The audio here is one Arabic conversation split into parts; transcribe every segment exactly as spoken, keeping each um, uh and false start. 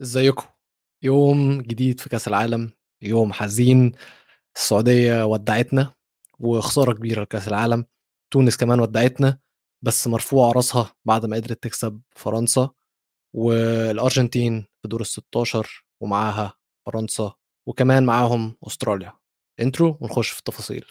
ازيكم؟ يوم جديد في كأس العالم، يوم حزين. السعودية ودعتنا وخسارة كبيرة لكأس العالم. تونس كمان ودعتنا بس مرفوع راسها بعد ما قدرت تكسب فرنسا، والأرجنتين في دور الستاشر ومعاها فرنسا وكمان معاهم أستراليا. انترو ونخش في التفاصيل.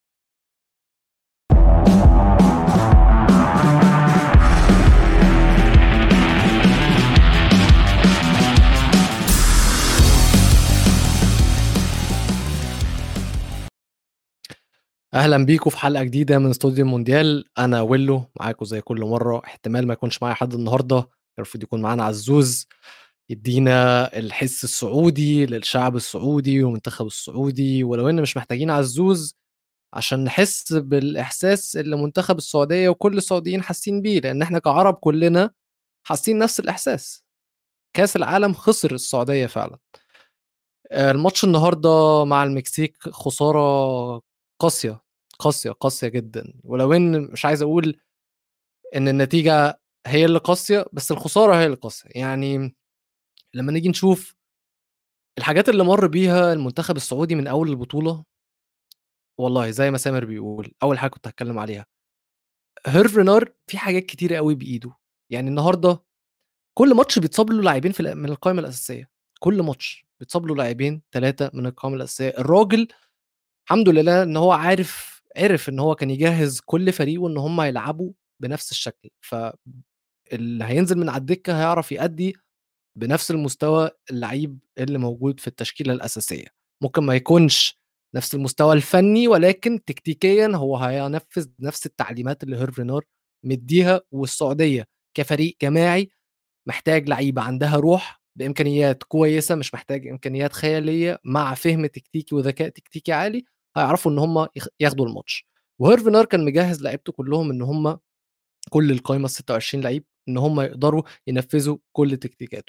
اهلا بيكم في حلقه جديده من استوديو المونديال. انا ويلو معاكم زي كل مره. احتمال ما يكونش معايا حد النهارده، المفروض يكون معانا عزوز يدينا الحس السعودي للشعب السعودي والمنتخب السعودي، ولو ان مش محتاجين عزوز عشان نحس بالاحساس اللي منتخب السعوديه وكل السعوديين حاسين بيه، لان احنا كعرب كلنا حاسين نفس الاحساس. كاس العالم خسر السعوديه فعلا. آه، الماتش النهارده مع المكسيك خساره قاسيه قاسيه قاسيه جدا، ولو ان مش عايز اقول ان النتيجه هي اللي قاسيه، بس الخساره هي اللي قاسيه. يعني لما نيجي نشوف الحاجات اللي مر بيها المنتخب السعودي من اول البطوله، والله زي ما سامر بيقول اول حاجه كنت هتكلم عليها، هيرف رينار في حاجات كتيره قوي بايده. يعني النهارده كل ماتش بيتصاب له لاعبين في الأ- من القائمه الاساسيه. كل ماتش بيتصاب له لاعبين ثلاثه من القائمه الاساسيه. الراجل الحمد لله إن هو عارف عرف إن هو كان يجهّز كل فريقه إن هم يلعبوا بنفس الشكل، فاللي هينزل من على الدكة هيعرف يأدّي بنفس المستوى اللعيب اللي موجود في التشكيلة الأساسية. ممكن ما يكونش نفس المستوى الفني، ولكن تكتيكيًا هو هينفّذ نفس التعليمات اللي هيرفي رينار مدّيها. والسعودية كفريق جماعي محتاج لعيبة عندها روح بإمكانيات كويسة، مش محتاج إمكانيات خيالية، مع فهم تكتيكي وذكاء تكتيكي عالي هيعرفوا إن هم يخ ياخدوا الماتش. وهيرفي نار كان مجهّز لعيبته كلّهم إن هم كل القايمة الستة وعشرين لعيب إن هم يقدروا ينفّذوا كل تكتيكاته.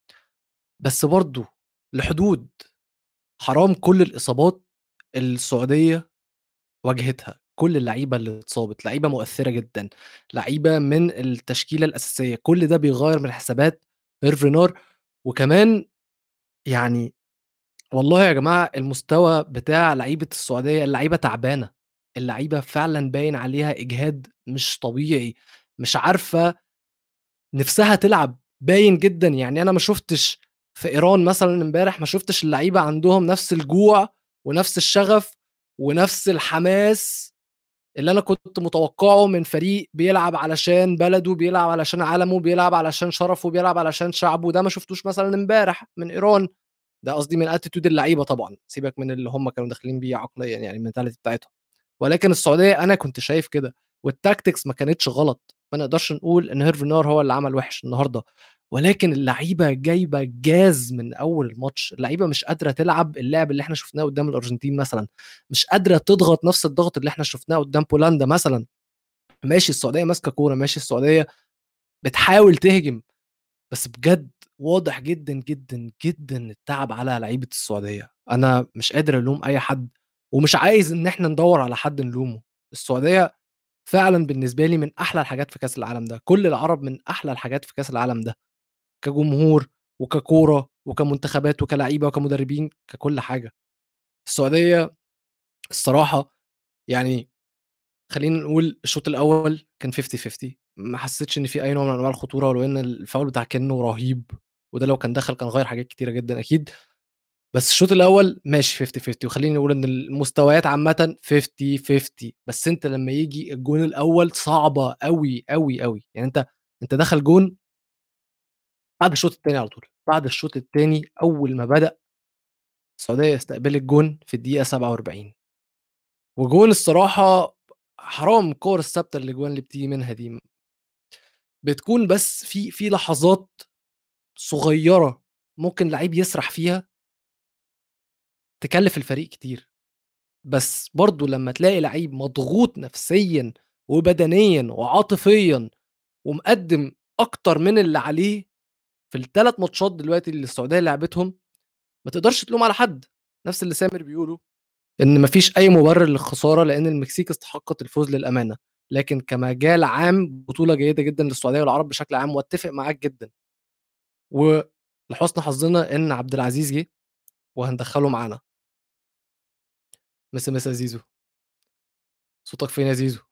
بس برضه لحدود، حرام كل الإصابات السعودية واجهتها، كل اللعيبة اللي اتصابت، لعيبة مؤثرة جدًا، لعيبة من التشكيلة الأساسية، كل ده بيغيّر من حسابات هيرفي نار. وكمان يعني والله يا جماعة المستوى بتاع لعيبة السعودية، اللعيبة تعبانة، اللعيبة فعلًا باين عليها إجهاد مش طبيعي، مش عارفة نِفْسها تلعب، باين جدًا. يعني أنا ما شُفتش في إيران مثلًا امبارح، ما شُفتش اللعيبة عندهم نَفْس الجوع ونَفْس الشغف ونَفْس الحماس اللي أنا كنت متوقعه من فريق بيلعب علشان بلده، بيلعب علشان علمه، بيلعب علشان شرفه، بيلعب علشان شعبه. ده ما شُفتوش مثلًا امبارح من إيران. ده قصدي من attitude اللعيبة طبعًا، سيبك من اللي هم كانوا داخلين بيه عقليًا، يعني الmentality بتاعتهم. ولكن السعودية أنا كنت شايف كده، والtactics ما كانتش غلط. ما نقدرش نقول إن هيرفي نار هو اللي عمل وِحِش النهارده، ولكن اللعيبة جايبة جاز من أول الماتش. اللعيبة مش قادرة تلعب اللعب اللي إحنا شُفناه قدّام الأرجنتين مثلًا، مش قادرة تضغط نفس الضغط اللي إحنا شُفناه قدّام بولندا مثلًا. ماشي السعودية ماسكة كورة، ماشي السعودية بتحاول تهجم، بس بجد واضح جدًا، جدًا، جدًا التعب على لعيبة السعودية. أنا مش قادر ألوم أي حد، ومش عايز إن إحنا ندوّر على حد نلومه. السعودية فعلًا بالنسبة لي من أحلى الحاجات في كأس العالم ده، كل العرب من أحلى الحاجات في كأس العالم ده، كجمهور وككورة وكمنتخبات وكلعيبة وكمدربين ككل حاجة. السعودية الصراحة يعني خلّينا نقول الشوط الأول كان خمسين، خمسين، ما حسيتش إن في أي نوع من أنواع الخطورة، ولو إن الفاول بتاع كينو رهيب، وده لو كان دخل كان غيّر حاجات كتيرة جدًا أكيد. بس الشوط الأول ماشي خمسين، خمسين، وخلّينا نقول إن المستويات عامةً خمسين، خمسين. بس أنت لمّا ييجي الجون الأول صعبة أوي، أوي، أوي. يعني أنت أنت دخل جون بعد الشوط التاني على طول، بعد الشوط التاني أول ما بدأ السعودية استقبلت جون في الدقيقة سبعة وأربعين، وجون الصراحة حرام الكور الثابتة الأجوان اللي بتيجي منها دي، بتكون بس في في لحظات صغيّرة ممكن لعيب يسرح فيها تكلّف الفريق كتير. بس برضه لمّا تلاقي لعيب مضغوط نفسيًا وبدنيًا وعاطفيًا ومقدّم أكتر من اللي عليه في الثلاث ماتشات دلوقتي اللي السعودية لعبتهم، ما تقدرش تلوم على حد. نفس اللي سامر بيقوله إن ما فيش أي مبرر للخسارة، لإن المكسيك استحقت الفوز للأمانة. لكن كمجال عام بطولة جيدة جدًا للسعودية والعرب بشكل عام، وأتّفق معاك جدًا. لحُسن حظنا إن عبد العزيز جه وهندخّله معانا. مسا مسا زيزو. صوتك فين يا زيزو؟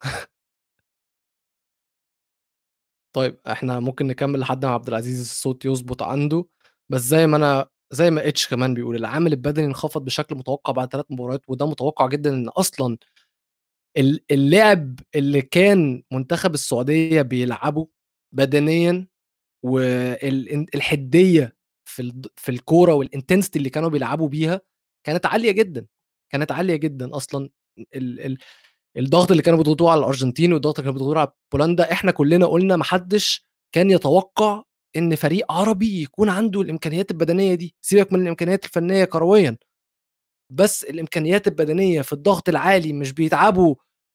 طيب إحنا ممكن نكمّل لحد ما عبد العزيز الصوت يضبط عنده، بس زي ما أنا زي ما إتش كمان بيقول، العامل البدني انخفض بشكل متوقع بعد ثلاث مباريات، وده متوقع جدًا إن أصلًا ال اللعب اللي كان منتخب السعودية بيلعبه بدنيًا وال ان الحدية في الض في الكورة والintensity اللي كانوا بيلعبوا بيها، كانت عالية جدًا، كانت عالية جدًا أصلًا. ال ال الضغط اللي كانوا بيضغطوه على الأرجنتين والضغط اللي كانوا بيضغطوه على بولندا، إحنا كلنا قُلنا ما حدش كان يتوقع إن فريق عربي يكون عنده الإمكانيات البدنية دي، سيبك من الإمكانيات الفنية كرويًا، بس الإمكانيات البدنية في الضغط العالي مش بيتعبوا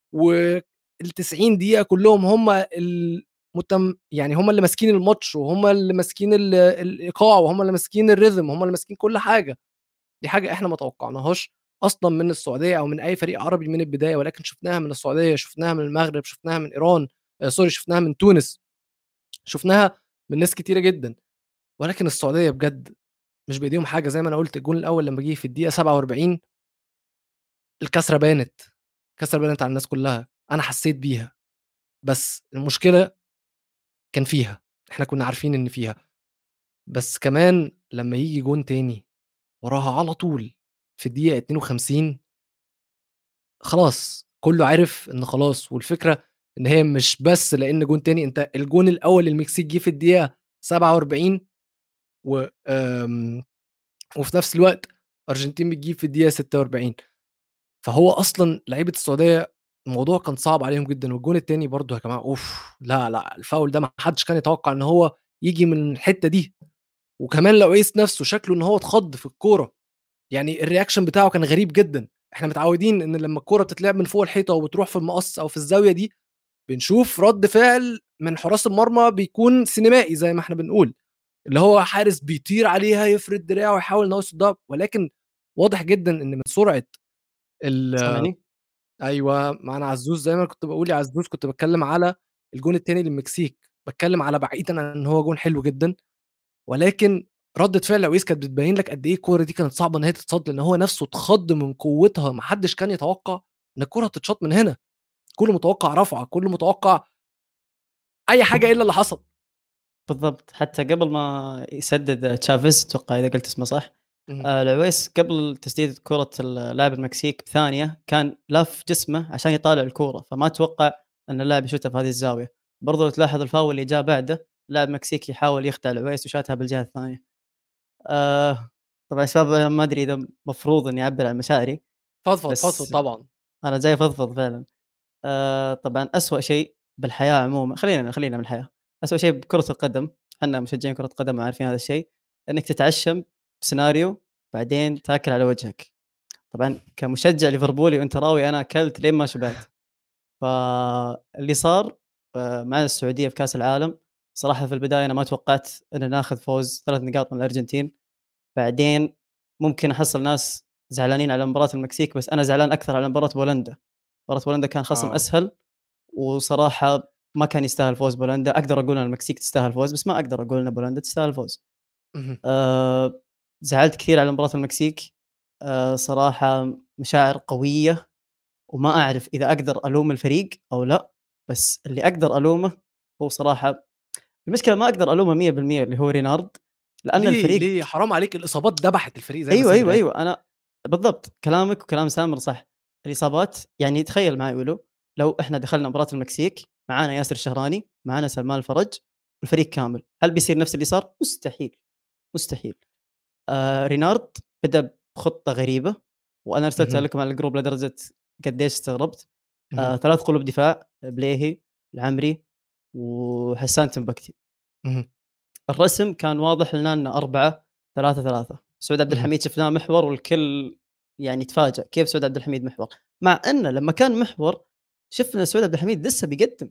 والتسعين دقيقة كلّهم هم المتم يعني هم اللي ماسكين الماتش وهم اللي ماسكين ال الإيقاع وهم اللي ماسكين الrhythm وهم اللي ماسكين كل حاجة. دي حاجة إحنا ما توقعناهاش أصلًا من السعودية أو من أي فريق عربي من البداية، ولكن شُفناها من السعودية، شُفناها من المغرب، شُفناها من إيران، آآ sorry شُفناها من تونس، شُفناها من ناس كتيرة جدًا، ولكن السعودية بجد مش بإيديهم حاجة. زي ما أنا قُلت الجون الأول لمّا جه في الدقيقة سبعة وأربعين الكسرة بانت، الكسرة بانت على الناس كلّها، أنا حسّيت بيها، بس المشكلة كان فيها، إحنا كنا عارفين إن فيها، بس كمان لمّا ييجي جون تاني وراها على طول في الدقيقة اتنين وخمسين خلاص، كُلّه عرف إن خلاص، والفكرة إن هي مش بس لإن جون تاني، أنت الجون الأول للمكسيك جه في الدقيقة سبعة وأربعين و آمم، وفي نفس الوقت أرجنتين بتجيب في الدقيقة ستة وأربعين، فهو أصلًا لعيبة السعودية الموضوع كان صعب عليهم جدًا، والجون التاني برضه يا جماعة أوف! لا، لأ، الفاول ده ما حدش كان يتوقع إن هو ييجي من الحتة دي، وكمان لويس نفسه شكله إن هو اتخض في الكورة. يعني الreaction بتاعه كان غريب جدًا، إحنا متعودين إن لمّا الكورة بتتلعب من فوق الحيطة وبتروح في المقص أو في الزاوية دي، بنشوف رَد فعل من حراس المرمى بيكون سينمائي زي ما إحنا بنقول، اللي هو حارس بيطير عليها يفرد دراعه ويحاول إن هو يصدها، ولكن واضح جدًا إن من سرعة ال سامعني؟ أيوه معانا عزوز زي ما أنا كنت باقول يا عزوز كنت باتكلم على الجون التاني للمكسيك، باتكلم على بعيدًا عن إن هو جون حلو جدًا، ولكن ردة فعل لويس كانت بتبين لك قد إيه الكورة دي كانت صعبة إن هي تتصَد، لإن هو نفسه اتخض من قوتها، ما حدش كان يتوقع إن الكورة هتتشاط من هنا، كله متوقع رفعة، كله متوقع أي حاجة إلا اللي حصل. بالضبط، حتى قبل ما يسدد تشافيز أتوقع إذا قُلت اسمه صح، اهم. آآ العويس قبل تسديدة كرة ال لاعب المكسيك بثانية كان لاف جسمه عشان يطالع الكورة، فما توقع إن اللاعب يشوتها في هذه الزاوية، برضه لو تلاحظ الفاول اللي جاء بعده لاعب مكسيكي يحاول يخدع العويس وشاتها بالجهة الثانية. آآ طبعًا يا شباب أنا ما أدري إذا مفروض إني أعبّر عن مشاعري، فضفض، فضفض بس طبعًا. أنا جاي أفضفض فعلًا. آآ طبعًا أسوأ شيء بالحياة عمومًا خلّينا خلّينا من الحياة، أسوأ شيء بكرة القدم، إحنا مشجعين كرة قدم وعارفين هذا الشيء، إنك تتعشم بسيناريو بعدين تاكل على وجهك. طبعًا كمشجع ليفربولي وأنتراوي أنا أكلت لين ما شبعت، فاللي صار آآ مع السعودية في كأس العالم، صراحة في البداية أنا ما توقعت إن ناخذ فوز ثلاث نقاط من الأرجنتين، بعدين ممكن أحصل ناس زعلانين على مباراة المكسيك، بس أنا زعلان أكثر على مباراة بولندا، مباراة بولندا كان خصم آه. أسهل وصراحة ما كان يستاهل فوز بولندا، أقدر أقول إن المكسيك تستاهل فوز، بس ما أقدر أقول إن بولندا تستاهل فوز. اهم. آآ زعلت كثير على مباراة المكسيك، آآ صراحة مشاعر قوية، وما أعرف إذا أقدر ألوم الفريق أو لأ، بس اللي أقدر ألومه هو صراحة المشكلة ما أقدر ألومه مية بالمية اللي هو رينارد، لأن ليه، الفريق ليه حرام عليك الإصابات دبحت الفريق زي ما أيوه، سامر أيوه، قال. أيوه، أنا بالضبط، كلامك وكلام سامر صح، الإصابات يعني تخيّل معي ولو لو إحنا دخلنا مباراة المكسيك معانا ياسر الشهراني، معانا سلمان الفرج، والفريق كامل، هل بيصير نفس اللي صار؟ مستحيل، مستحيل. آآ رينارد بدأ بخطة غريبة، وأنا أرسلتها اهم. لكم على الجروب لدرجة قديش استغربت، اهم. آآ ثلاث قلوب دفاع، بليهي، العمري، وحسان تنبكتي. اهم. الرسم كان واضح لنا إنه أربعة ثلاثة ثلاثة، سعود عبد اهم. الحميد شفناه محور والكل يعني تفاجأ كيف سعود عبد الحميد محور، مع إنه لمّا كان محور شفنا سعود عبد الحميد لسه بيقدّم،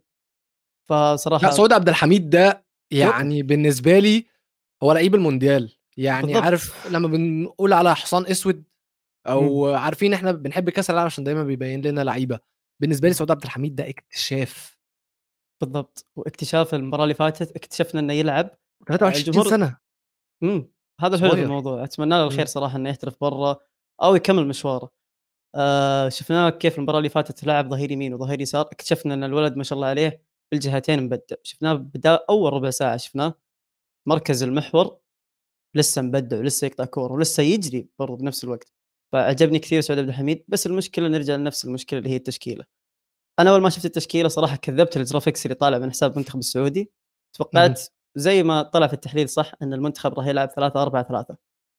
لأ فصراحة سعود عبد الحميد ده توقع يعني بالنسبة لي هو لعيب المونديال، يعني بالضبط، عارف لمّا بنقول على حصان أسود إمم، أو عارفين إحنا بنحب كأس العالم عشان دايمًا بيبين لنا لعيبة، بالنسبة لي إمم، سعود عبد الحميد ده اكتشاف. بالضبط، واكتشاف المباراة اللي فاتت اكتشفنا إنه يلعب آآ تلاتة وعشرين الجمهور سنة. إمم. هذا الحلو في صغير. الموضوع، أتمنى له الخير إمم. صراحة إنه يحترف برّا أو يكمّل مشواره. آآ شفناه كيف المباراة اللي فاتت لعب ظهير يمين وظهير يسار، اكتشفنا إن الولد ما شاء الله عليه بالجهتين مبدع، شفناه بدا أول ربع ساعة شفناه مركز المحور لسه مبدع ولسه يقطع كورة ولسه يجري برضه بنفس الوقت، فعجبني كثير سعود عبد الحميد. بس المشكلة نرجع لنفس المشكلة اللي هي التشكيلة. أنا أول ما شفت التشكيلة صراحة كذبت الجرافيكس اللي طالع من حساب المنتخب السعودي، اهم. توقعت زي ما طلع في التحليل صح إن المنتخب راح يلعب ثلاثة أربعة ثلاثة.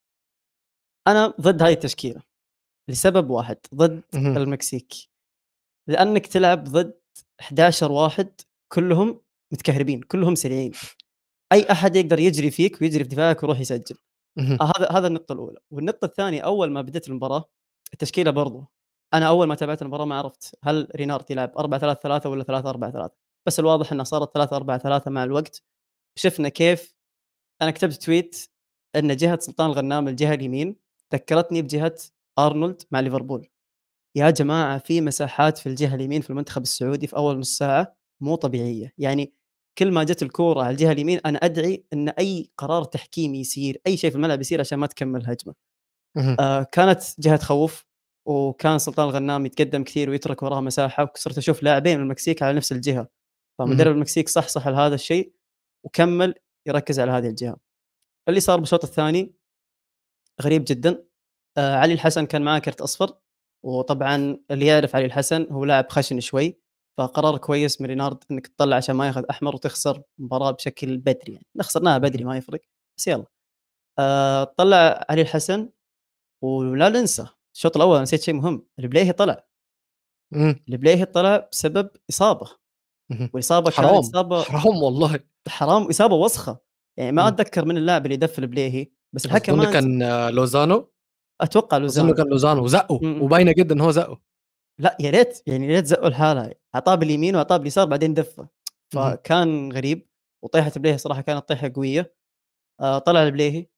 أنا ضد هاي التشكيلة لسبب واحد، ضد اهم. المكسيك، لأنك تلعب ضد حداشر واحد كلهم متكهربين، كلهم سريعين، أي أحد يقدر يجري فيك ويجري في دفاعك ويروح يسجل. اهم. آه، هذا هذا النقطة الأولى. والنقطة الثانية أول ما بدأت المباراة التشكيلة برضو، أنا أول ما تابعت المباراة ما عرفت هل رينارد يلعب أربعة ثلاثة ثلاثة والّا ثلاثة أربعة ثلاثة، بس الواضح إنها صارت ثلاثة أربعة ثلاثة مع الوقت. شفنا كيف أنا كتبت تويت إن جهة سلطان الغنام الجهة اليمين ذكرتني بجهة أرنولد مع ليفربول. يا جماعة في مساحات في الجهة اليمين في المنتخب السعودي في أول نص ساعة مو طبيعية، يعني كل ما جت الكورة على الجهة اليمين أنا أدعي إن أي قرار تحكيمي يصير، أي شيء في الملعب يصير عشان ما تكمل هجمة. اهم. آآ كانت جهة تخوّف، وكان سلطان الغنام يتقدم كثير ويترك وراه مساحة، وصرت أشوف لاعبين من المكسيك على نفس الجهة، اهم. فمدرب المكسيك صحصح لهذا الشيء وكمّل يركز على هذه الجهة. اللي صار بالشوط الثاني غريب جدًا. آآ علي الحسن كان معاه كرت أصفر، وطبعًا اللي يعرف علي الحسن هو لاعب خشن شوي، فقرار كويس من رينارد إنك تطلّع عشان ما ياخذ أحمر وتخسر مباراة بشكل بدري يعني، إحنا خسرناها بدري اهم. ما يفرق، بس يالّا. آآ طلّع علي الحسن ولا ننسى الشوط الأول نسيت شيء مهم، البليهي طلع، إمم. البليهي طلع بسبب إصابة، اهم. والإصابة كانت حرام، إصابة حرام والله. حرام، إصابة وسخة، يعني ما إمم. أتذكر من اللاعب اللي دف البليهي، بس الحكم أظن ما نس كان لوزانو. أتوقع أظن لوزانو. كان لوزانو وزقّه، إمم، إمم. وباينة جدًا إن هو زقّه. لأ يا ريت، يعني يا ريت زقّوا الحالة، أعطاه باليمين وأعطاه باليسار بعدين دفّه، اهم. فكان غريب. وطيحة البليهي صراحة كانت طيحة قوية. آآ طلع البليهي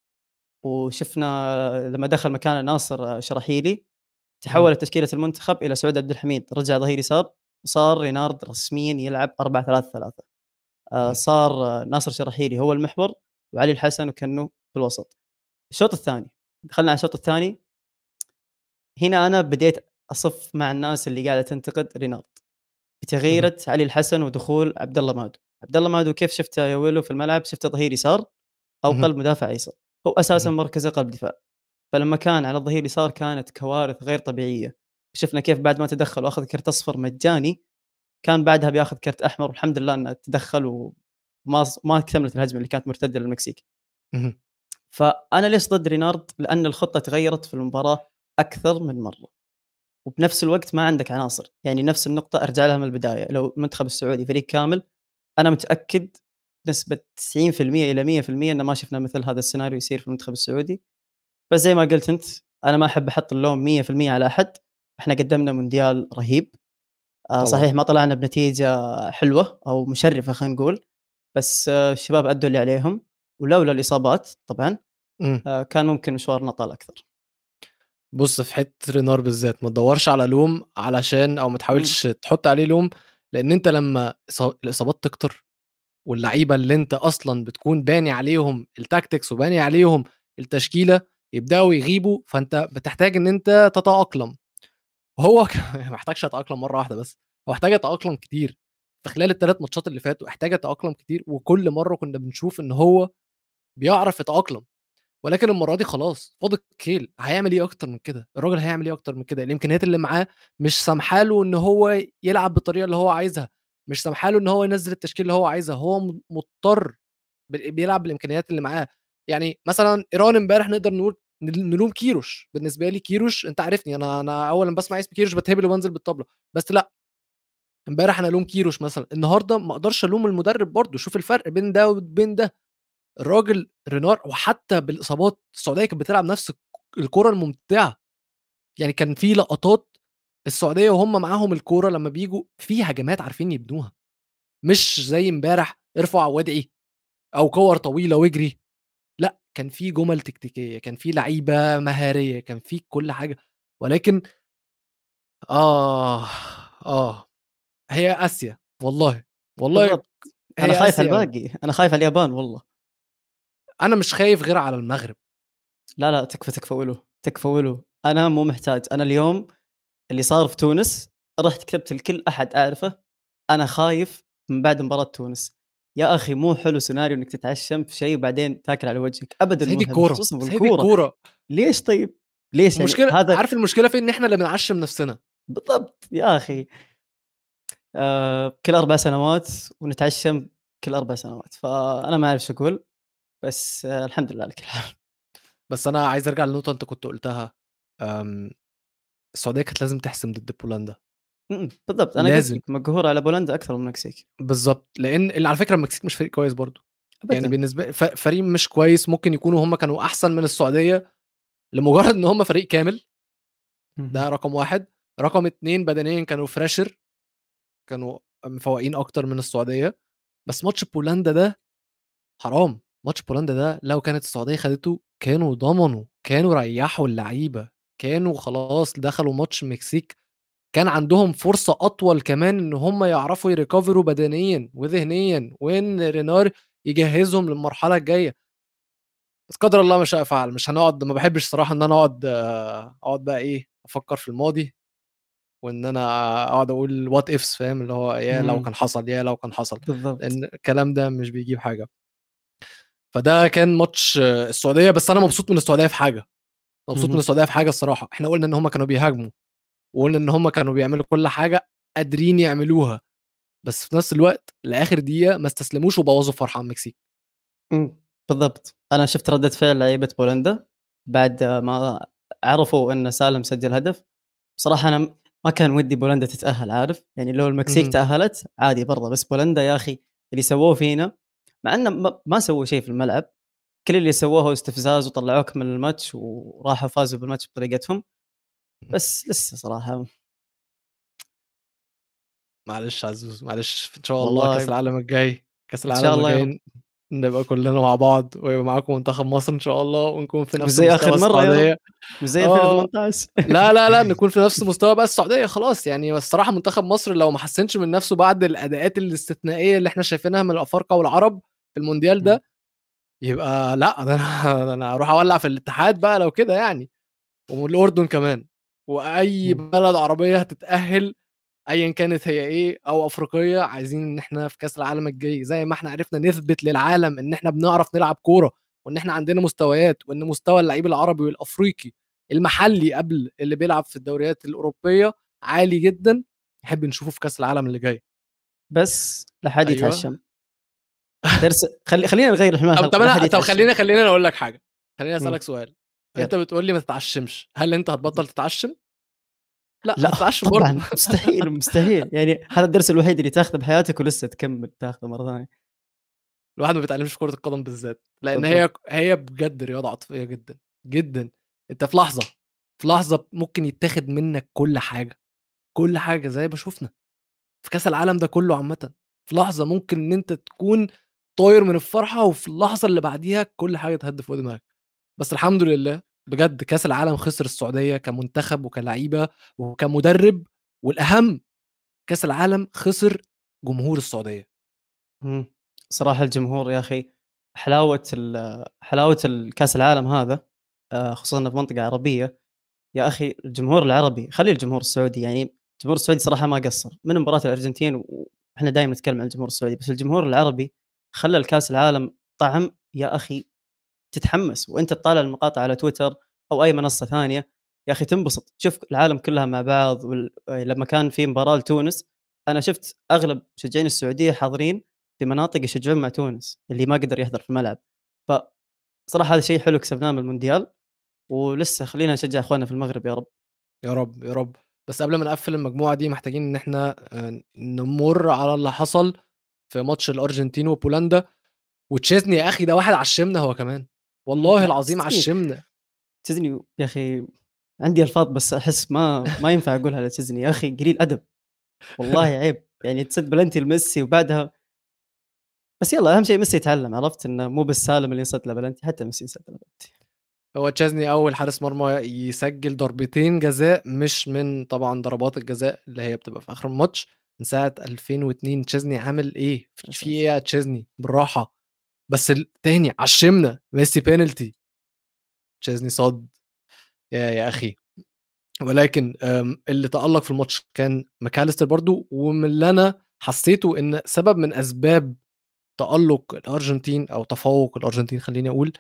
وشفنا لمّا دخل مكانه ناصر شراحيلي، اهم. تحوّلت تشكيلة المنتخب إلى سعود عبد الحميد، رجع ظهير يسار، وصار رينارد رسميًا يلعب أربعة ثلاثة ثلاثة. آآ اهم. صار ناصر شراحيلي هو المحور، وعلي الحسن وكنو في الوسط. الشوط الثاني، دخلنا على الشوط الثاني، هنا أنا بديت أصف مع الناس اللي قاعدة تنتقد رينارد. اهم. بتغييرة علي الحسن ودخول عبد الله مادو. عبد الله مادو كيف شفته يا ويلو في الملعب؟ شفته ظهير يسار أو اهم. قلب مدافع أيسر، هو أساسًا اهم. مركزه قلب دفاع، فلمّا كان على الظهير اليسار كانت كوارث غير طبيعية. شفنا كيف بعد ما تدخل وأخذ كرت أصفر مجاني، كان بعدها بياخذ كرت أحمر، والحمد لله إنه تدخل وما ص ما كملت الهجمة اللي كانت مرتدة للمكسيك. اهم. فأنا ليش ضد رينارد؟ لأن الخطة تغيرت في المباراة أكثر من مرة، وبنفس الوقت ما عندك عناصر، يعني نفس النقطة أرجع لها من البداية، لو المنتخب السعودي فريق كامل أنا متأكد بنسبة تسعين بالمئة إلى مئة بالمئة إن ما شفنا مثل هذا السيناريو يصير في المنتخب السعودي. بس زي ما قلت أنت، أنا ما أحب أحط اللوم مئة بالمئة على أحد، إحنا قدمنا مونديال رهيب. آآ طبعًا. صحيح ما طلعنا بنتيجة حلوة أو مشرفة خلينا نقول، بس آه، الشباب أدوا اللي عليهم، ولولا الإصابات طبعًا إمم. آآ كان ممكن مشوارنا طال أكثر. بُص، في حتّة رينار بالذات ما تدوّرش على لوم علشان أو ما إمم، تحاولش تحُط عليه لوم، لإن أنت لمّا إص الإصابات تكتر واللعيبة اللي أنت أصلًا بتكون باني عليهم الtactics وباني عليهم التشكيلة يبدأوا يغيبوا، فأنت بتحتاج إن أنت تتأقلم. وهو ك ما احتاجش يتأقلم مرّة واحدة بس، هو احتاج يتأقلم كتير. في خلال الثلاث ماتشات اللي فاتوا احتاج يتأقلم كتير، وكل مرّة كنا بنشوف إن هو بيعرف يتأقلم. ولكن المرّة دي خلاص فاض الكيل، هيعمل إيه أكتر من كده؟ الراجل هيعمل إيه أكتر من كده؟ الإمكانيات اللي معاه مش سامحة له إن هو يلعب بالطريقة اللي هو عايزها، مش سامحة له إن هو ينزّل التشكيلة اللي هو عايزها، هو م مضطر ب بيلعب بالإمكانيات اللي معاه. يعني مثلًا إيران امبارح نقدر نقول نل نلوم كيروش، بالنسبة لي كيروش أنت عارفني أنا أنا أول لمّا باسمع اسم كيروش باتهبل وبانزل بالطبلة، بس لأ، امبارح أنا ألوم كيروش مثلًا، النهارده ما أقدرش ألوم المدرب برضه، شوف الفرق بين ده وبين ده. الراجل رينار وحتى بالإصابات السعودية كانت بتلعب نفس الك الكورة الممتعة، يعني كان في لقطات السعودية وهُم معاهم الكورة لمّا بييجوا في هجمات عارفين يبنوها، مش زي امبارح ارفع وادعي أو كور طويلة واجري، لأ كان في جُمل تكتيكية، كان في لعيبة مهارية، كان في كل حاجة. ولكن آه، آه، هي آسيا والله، والله بالضبط. أنا هي خايف على آسيا. الباقي، أنا خايف على اليابان والله. أنا مش خايف غير على المغرب. لا، لا، تكفى، تكفى وِلو، تكفى وِلو، أنا مو محتاج. أنا اليوم اللي صار في تونس، رُحت كتبت لكل أحد أعرفه، أنا خايف من بعد مباراة تونس. يا أخي مو حلو سيناريو إنك تتعشم في شيء وبعدين تاكل على وجهك، أبدًا بس هي مو دي حلو، الكورة، خصوصًا في بس هي دي الكورة. الكورة. ليش طيب؟ ليش يعني المشكلة هذا؟ عارف المشكلة فين؟ إن إحنا اللي بنعشّم نفسنا. بالضبط يا أخي. آآ كل أربع سنوات ونتعشم كل أربع سنوات، فأنا ما أعرف إيش أقول، بس آه الحمد لله على كل حال. بس أنا عايز أرجع لنقطة أنت كنت قُلتها. آمم، السعودية كانت لازم تحسم ضد بولندا. إمم، بالضبط، أنا قُلت لازم. لك مقهور على بولندا أكثر من المكسيك. بالضبط، لإن اللي على فكرة المكسيك مش فريق كويس برضه. يعني أبدًا. بالنسبة ف فريق مش كويس، ممكن يكونوا هم كانوا أحسن من السعودية لمجرد إن هم فريق كامل. اهم. ده رقم واحد. رقم اتنين بدنيًا كانوا fresher، كانوا مفوّقين أكتر من السعودية. بس ماتش بولندا ده حرام. ماتش بولندا ده لو كانت السعودية خدته كانوا ضمنوا، كانوا ريّحوا اللعيبة، كانوا خلاص دخلوا ماتش المكسيك. كان عندهم فرصة أطول كمان إن هم يعرفوا يrecoverوا بدنيًا وذهنيًا، وإن رينار يجهّزهم للمرحلة الجاية. بس قدر الله ما شاء فعل. مش هنقعد ما باحبش الصراحة إن أنا أقعد أقعد بقى إيه، أفكّر في الماضي، وإن أنا أقعد أقول what ifs، فاهم؟ اللي هو يا لو إمم، كان حصل، يا لو كان حصل. بالضبط. لإن الكلام ده مش بيجيب حاجة. فده كان ماتش السعودية. بس أنا مبسوط من السعودية في حاجة، مبسوط من اهم. السعودية في حاجة الصراحة. إحنا قُلنا إن هم كانوا بيهاجموا، وقُلنا إن هم كانوا بيعملوا كل حاجة قادرين يعملوها، بس في نفس الوقت لآخر دقيقة ما استسلموش وبوّظوا الفرحة على المكسيك. إمم، بالضبط. أنا شُفت ردة فعل لعيبة بولندا بعد ما عرفوا إن سالم سجّل هدف. بصراحة أنا م ما كان ودي بولندا تتأهّل، عارف؟ يعني لو المكسيك اهم. تأهّلت عادي برضه، بس بولندا يا أخي اللي سووه فينا، مع إنه ما ما سووا شيء في الملعب، كل اللي سووه هو استفزاز وطلعوك من الماتش وراحوا فازوا بالماتش بطريقتهم. بس لسه صراحة. معلش يا عزوز، معلش. إن شاء الله كأس والله العالم الجاي، كأس إن شاء العالم الله يا رب. الجاي نبقى كلنا مع بعض، ويبقى معاكم منتخب مصر إن شاء الله، ونكون في مش نفس زي مستوى آخر مرّة يا رب، السعودية. مش زي آه. ألفين وثمانية عشر. لا، لا، لأ، نكون في نفس مستوى بقى السعودية خلاص يعني. الصراحة منتخب مصر لو ما حسّنش من نفسه بعد الأداءات الاستثنائية اللي إحنا شايفينها من الأفارقة والعرب في المونديال إمم، ده، يبقى لأ، ده أنا ده أنا هاروح أولّع في الاتحاد بقى لو كده يعني. والأردن كمان، وأي إمم. بلد عربية هتتأهل أيًا كانت هي إيه أو أفريقية، عايزين إن إحنا في كأس العالم الجاي زي ما إحنا عرفنا نثبت للعالم إن إحنا بنعرف نلعب كورة، وإن إحنا عندنا مستويات، وإن مستوى اللعيب العربي والأفريقي المحلي قبل اللي بيلعب في الدوريات الأوروبية عالي جدًا. نحب نشوفه في كأس العالم اللي جاي. بس لا حد أيوه. يتهشم. درس خلّي خلّينا نغيّر عنوان طب طب الحلقة، لا حد أنا طب يتهشم. خلّيني خلّيني أنا أقول لك حاجة. خلّيني إمم، أسألك سؤال. أنت يالّا. بتقول لي ما تتعشمش، هل أنت هتبطّل تتعشم؟ لأ، لأ هتتعشم برضه. طبعًا مستحيل، مستحيل، يعني هذا الدرس الوحيد اللي تاخذه بحياتك ولسه تكمّل تاخذه مرة ثانية. الواحد ما بيتعلمش في كرة القدم بالذات، لإن هي بالضبط. ك هي بجد رياضة عاطفية جدًا، جدًا. أنت في لحظة، في لحظة ممكن يتاخد منك كل حاجة، كل حاجة زي ما شُفنا في كأس العالم ده كله عامةً. في لحظة ممكن إن أنت تكون طاير من الفرحة، وفي اللحظة اللي بعديها كل حاجة تهد فوق دماغك. بس الحمد لله بجد كأس العالم خسر السعودية كمنتخب وكلعيبة وكمدرب، والأهم كأس العالم خسر جمهور السعودية. إمم. صراحة الجمهور يا أخي، حلاوة ال حلاوة الكأس العالم هذا، آآ خصوصًا إنه في منطقة عربية. يا أخي الجمهور العربي خلّي الجمهور السعودي، يعني الجمهور السعودي صراحة ما قصّر، من مباراة الأرجنتين وإحنا دايمًا نتكلم عن الجمهور السعودي، بس الجمهور العربي خلّى الكأس العالم طعم يا أخي. تتحمس وأنت تطالع المقاطع على تويتر أو أي منصة ثانية، يا أخي تنبسط، تشوف العالم كلها مع بعض وال آآ لمّا كان في مباراة لتونس، أنا شُفت أغلب مشجعين السعودية حاضرين في مناطق يشجعون مع تونس، اللي ما قدر يحضر في الملعب. فصراحة هذا شيء حلو كسبناه من المونديال، ولسه خلّينا نشجع إخواننا في المغرب يا رب. يا رب، يا رب. بس قبل ما نقفّل المجموعة دي محتاجين إن إحنا آآ نمُر على اللي حصل في ماتش الأرجنتين وبولندا. وتشيزني يا أخي ده واحد عشّمنا هو كمان، إمم، والله لأ العظيم تشزني عشّمنا. تشزني يا أخي، عندي ألفاظ بس أحس ما ما ينفع أقولها لتشزني، يا أخي قليل أدب، والله عيب، يعني تسد بلنتي لميسي وبعدها. بس يالّا أهم شيء ميسي يتعلم، عرفت إنه مو بس سالم اللي ينصد له بلنتي، حتى ميسي ينصد له بلنتي. هو تشيزني أول حارس مرمى يسجّل ضربتين جزاء مش من طبعًا ضربات الجزاء اللي هي بتبقى في آخر الماتش من ساعة ألفين واتنين. تشيزني عامل إيه؟ ف يا في إيه ساتر! يا تشيزني بالراحة. بس ال تاني عشّمنا، ميسي penalty. تشيزني صاد يا يا أخي. ولكن آمم، اللي تألق في الماتش كان ماكاليستر برضه، ومن اللي أنا حسيته إن سبب من أسباب تألق الأرجنتين أو تفوق الأرجنتين خلّيني أقول،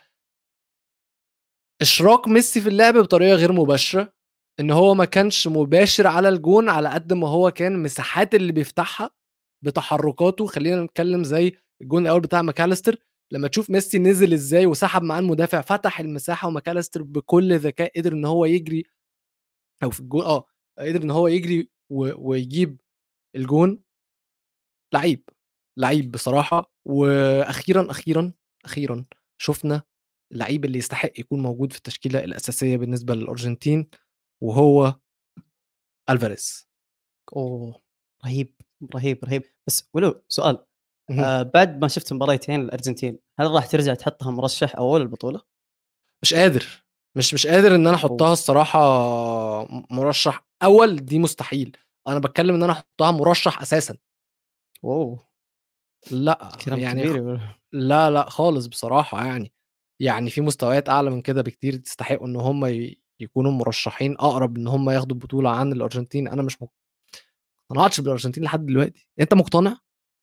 إشراك ميسي في اللعب بطريقة غير مباشرة، إن هو ما كانش مباشر على الجون على قد ما هو كان مساحات اللي بيفتحها بتحركاته. خلّينا نتكلم زي الجون الأول بتاع ماكاليستر، لمّا تشوف ميسي نزل إزاي وسحب معاه المدافع، فتح المساحة وماكاليستر بكل ذكاء قدر إن هو يجري أو في الجون آه، قدر إن هو يجري و ويجيب الجون. لعيب، لعيب بصراحة. وأخيرًا، أخيرًا، أخيرًا شُفنا اللعيب اللي يستحق يكون موجود في التشكيلة الأساسية بالنسبة للأرجنتين، وهو ألفاريز. أوه! رهيب، رهيب، رهيب. بس ولو سؤال، اهم. آآ بعد ما شُفت مباريتين الأرجنتين، هل راح ترجع تحطها مرشح أول البطولة؟ مش قادر، مش مش قادر إن أنا أوه! أحطها الصراحة م مرشح أول، دي مستحيل. أنا باتكلم إن أنا أحطها مرشح أساسًا. أوه! لأ، كلام يعني خ كبير. لا، لأ خالص بصراحة يعني. يعني في مستويات أعلى من كده بكتير تستحقوا إن هم ي يكونوا مرشحين أقرب إن هم ياخدوا البطولة عن الأرجنتين. أنا مش م اقتنعتش بالأرجنتين لحد دلوقتي. أنت مقتنع؟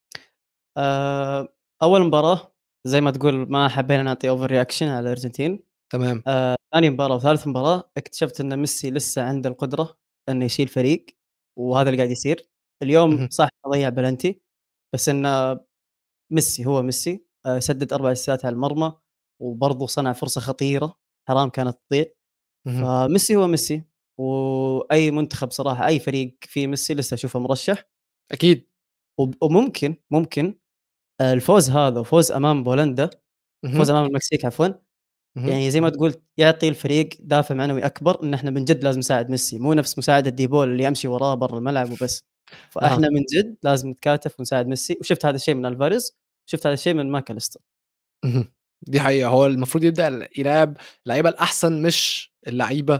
آآ أول مباراة زي ما تقول ما حبينا نعطي over reaction على الأرجنتين. تمام. آآ ثاني مباراة وثالث مباراة اكتشفت إن ميسي لسه عنده القدرة إنه يشيل فريق، وهذا اللي قاعد يصير. اليوم اهم. صح ضيّع بلنتي، بس إنه ميسي هو ميسي. آآ سدد أربع أسيستات على المرمى، وبرضه صنع فرصة خطيرة حرام كانت تضيع. اهم. فميسي هو ميسي، وأي منتخب صراحة أي فريق فيه ميسي لسه أشوفه مرشح. أكيد. وب وممكن ممكن آآ الفوز هذا وفوز أمام بولندا، اهم. الفوز أمام المكسيك عفوًا، اهم. يعني زي ما تقول يعطي الفريق دافع معنوي أكبر إن إحنا من جد لازم نساعد ميسي، مو نفس مساعدة ديبول اللي يمشي وراه برا الملعب وبس. أها. فإحنا من جد لازم نتكاتف ونساعد ميسي، وشُفت هذا الشيء من ألفاريز، وشُفت هذا الشيء من ماكاليستر. اهم. دي حقيقة. هو المفروض يبدأ ال يلاعب اللعيبة الأحسن مش اللعيبة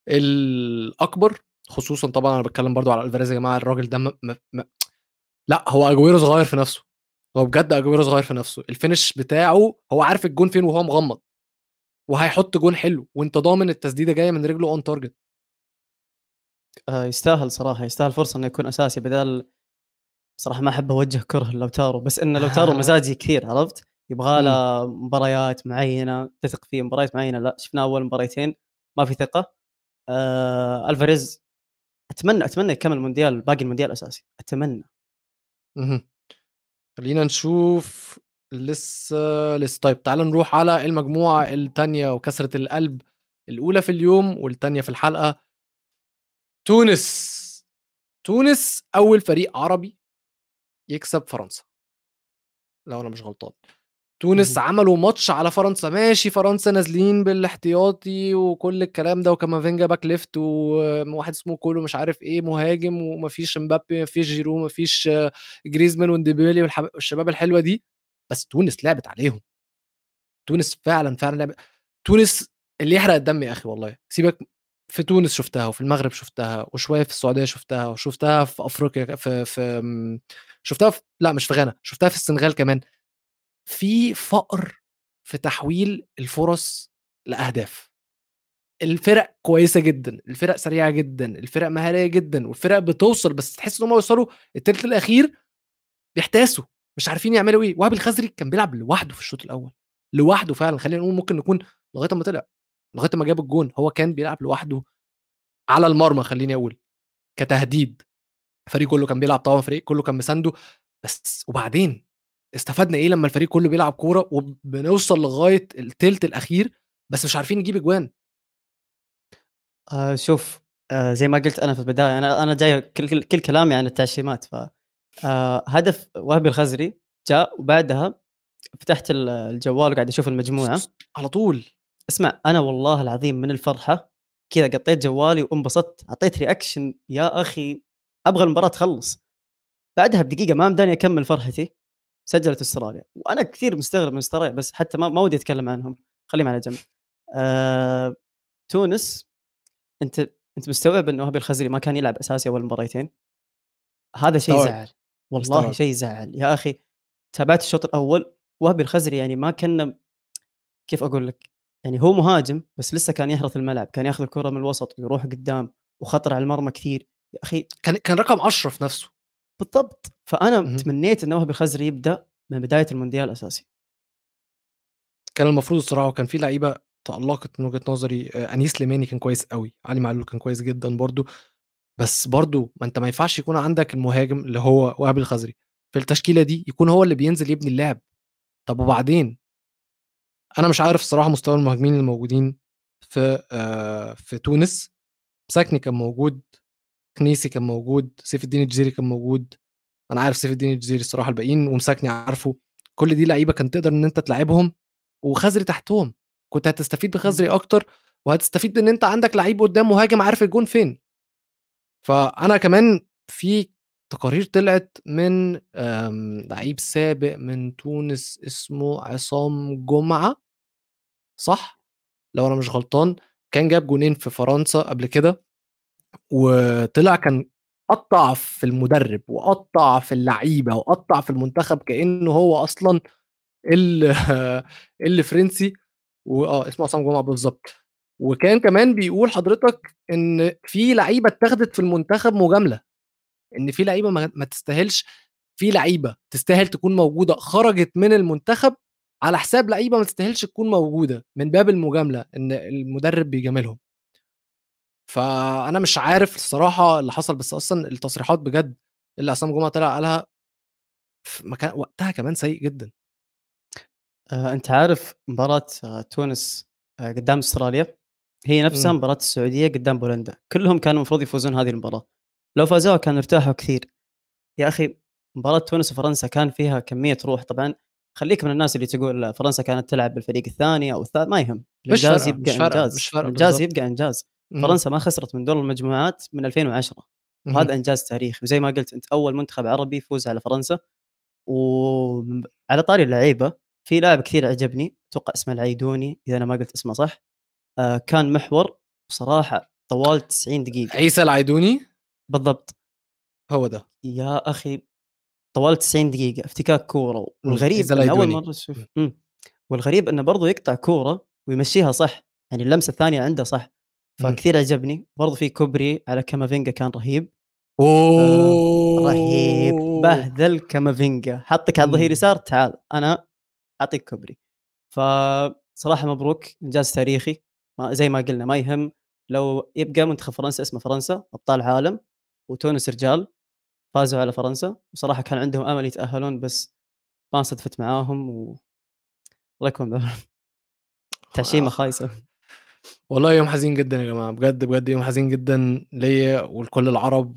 الأكبر. خصوصًا طبعًا أنا باتكلم برضه على ألفاريز يا جماعة. الراجل ده م م م لأ، هو أجويرو صغير في نَفْسه. هو بجد أجويرو صغير في نَفْسه. الfinish بتاعه هو عارف الجون فين وهو مغمض، وهيحط جون حلو، وأنت ضامن التسديدة جاية من رجله on target. آآ يستاهل صراحة، يستاهل فرصة إنه يكون أساسي بدال. صراحة ما أحب أوجّه كره للوتارو، بس إن لوتارو مزاجي كثير عرفت؟ يبغى إمم. له مباريات معيّنة تثق فيه، مباريات معيّنة لأ، شفناه أول مباريتين ما في ثقة. آآ ألفاريز أتمنى أتمنى يكمل مونديال باقي المونديال أساسي، أتمنى. اهم. خلّينا نشوف لسه لسه طيب تعالَ نروح على المجموعة التانية وكسرة القلب، الأولى في اليوم والتانية في الحلقة. تونس. تونس أول فريق عربي يكسب فرنسا، لو أنا مش غلطان. تونس اهم. عملوا ماتش على فرنسا، ماشي فرنسا نازلين بالاحتياطي وكل الكلام ده، وكامافينجا باك ليفت، وواحد اسمه كولو مش عارف إيه مهاجم، وما فيش مبابي، ما فيش جيرو، ما فيش جريزمان ونديبيلي والحب والشباب الحلوة دي. بس تونس لعبت عليهم. تونس فعلًا، فعلًا لعب تونس اللي يحرق الدم يا أخي والله. سيبك في تونس شُفتها، وفي المغرب شُفتها، وشوية في السعودية شُفتها، وشُفتها في أفريقيا ك في في آمم، شُفتها في لأ مش في غانا، شُفتها في السنغال كمان. في فقر في تحويل الفُرَص لأهداف. الفِرَق كويسة جدًا، الفِرَق سريعة جدًا، الفِرَق مهارية جدًا، والفِرَق بتوصل، بس تحس إن هُم يوصلوا التلت الأخير بيحتاسوا، مش عارفين يعملوا إيه. وهبي الخزري كان بيلعب لوحده في الشوط الأول، لوحده فعلًا. خلّينا نقول ممكن نكون لغاية أمّا طلع، لغاية أمّا جاب الجون، هو كان بيلعب لوحده على المرمى خلّيني أقول، كتهديد. الفريق كلّه كان بيلعب طبعًا، الفريق كلّه كان مسانده. بس وبعدين استفدنا إيه لمّا الفريق كلّه بيلعب كورة وبنوصل لغاية التلت الأخير بس مش عارفين نجيب أجوان؟ آآ شوف، آآ زي ما قُلت أنا في البداية، أنا أنا جاي كل كل كل كلامي عن التعشيمات. ف آآ هدف وهبي الخزري جاء، وبعدها فتحت ال الجوال وقاعد أشوف المجموعة. على طول. اسمع، أنا والله العظيم من الفرحة كذا قطيت جوالي وانبسطت، أعطيت reaction يا أخي، أبغى المباراة تخلص. بعدها بدقيقة ما مداني أكمل فرحتي، سجلت أستراليا، وأنا كثير مستغرب من أستراليا، بس حتى ما ما ودي أتكلم عنهم، خليهم على جنب. آآ تونس، أنت أنت مستوعب إنه وهبي الخزري ما كان يلعب أساسي أول مباريتين؟ هذا شيء مستوعب. يزعل، والله مستوعب. شيء يزعل يا أخي. تابعت الشوط الأول، وهبي الخزري يعني ما كنا، كيف أقول لك؟ يعني هو مهاجم بس لسه كان يحرث الملعب، كان ياخذ الكرة من الوسط ويروح قدام وخطر على المرمى كثير يا أخي. كان كان رقم عشرة في نفسه. بالضبط، فأنا اهم. تمنيت إن وهبي خزري يبدأ من بداية المونديال أساسي. كان المفروض الصراحة، وكان في لعيبة تألقت من وجهة نظري. آآ أنيس سليماني كان كويس أوي، علي معلول كان كويس جدًا برضه، بس برضه ما أنت ما ينفعش يكون عندك المهاجم اللي هو وهبي الخزري في التشكيلة دي يكون هو اللي بينزل يبني اللعب. طب وبعدين؟ أنا مش عارف الصراحة مستوى المهاجمين الموجودين في آآ في تونس. مساكني كان موجود، خنيسي كان موجود، سيف الدين الجزيري كان موجود. أنا عارف سيف الدين الجزيري الصراحة الباقيين، ومساكني عارفه. كل دي لعيبة كان تقدر إن أنت تلاعبهم وخزري تحتهم، كنت هتستفيد إمم. بخزري أكتر، وهتستفيد بإن أنت عندك لعيب قدام مهاجم عارف الجون فين. فأنا كمان في تقارير طلعت من آمم لعيب سابق من تونس اسمه عصام جمعة، صح؟ لو أنا مش غلطان، كان جاب جونين في فرنسا قبل كده، وطلع كان قطّع في المدرب، وقطّع في اللعيبة، وقطّع في المنتخب كإنه هو أصلًا ال الفرنسي. وآه اسمه عصام جمعة بالضبط. وكان كمان بيقول حضرتك إن في لعيبة اتاخدت في المنتخب مجاملة، إن في لعيبة ما ما تستاهلش، في لعيبة تستاهل تكون موجودة خرجت من المنتخب على حساب لعيبة ما تستاهلش تكون موجودة، من باب المجاملة، إن المدرب بيجاملهم. فأنا مش عارف الصراحة اللي حصل، بس أصلًا التصريحات بجد اللي عصام جمعة طلع قالها في مكان وقتها كمان سيء جدًا. آآ أنت عارف مباراة آه، تونس آآ قدام أستراليا، هي نفسها إمم. مباراة السعودية قدام بولندا، كلهم كانوا المفروض يفوزون هذه المباراة، لو فازوها كانوا ارتاحوا كثير. يا أخي مباراة تونس وفرنسا كان فيها كمية روح، طبعًا خلّيك من الناس اللي تقول فرنسا كانت تلعب بالفريق الثاني أو الثالث، ما يهم، مش الإنجاز فارقة، مش يبقى فارقة، مش إنجاز، فارقة الإنجاز بالضبط. يبقى إنجاز. اهم. فرنسا ما خسرت من دور المجموعات من ألفين وعشرة اهم. وهذا إنجاز تاريخي، وزي ما قلت أنت أول منتخب عربي يفوز على فرنسا. وعلى طاري اللعيبة، في لاعب كثير عجبني أتوقع اسمه العيدوني إذا أنا ما قلت اسمه صح، آآ كان محور بصراحة طوال تسعين دقيقة. عيسى العيدوني، بالضبط، هو ده. يا أخي طوال تسعين دقيقة افتكاك كورة، إمم. عيسى والغريب إن أول العيدوني. مرة أشوف إمم. إمم، والغريب إنه برضه يقطع كورة ويمشيها صح، يعني اللمسة الثانية عنده صح، اهم. فكثير عجبني. برضه في كوبري على كامافينجا كان رهيب. آآ رهيب، أوه! بهدل كامافينجا، حطِّك على الظهير إمم. يسار تعال أنا أعطيك كوبري. فصراحة مبروك إنجاز تاريخي، ما زي ما قلنا ما يهم لو يبقى منتخب فرنسا اسمه فرنسا أبطال عالم، وتونس رجال فازوا على فرنسا، وصراحة كان عندهم أمل يتأهلون بس ما صدفت معاهم و الله يكون بعونهم. تعشيمة آخ. خايسة. والله يوم حزين جدًا يا جماعة، بجد، بجد يوم حزين جدًا ليّا ولكل العرب.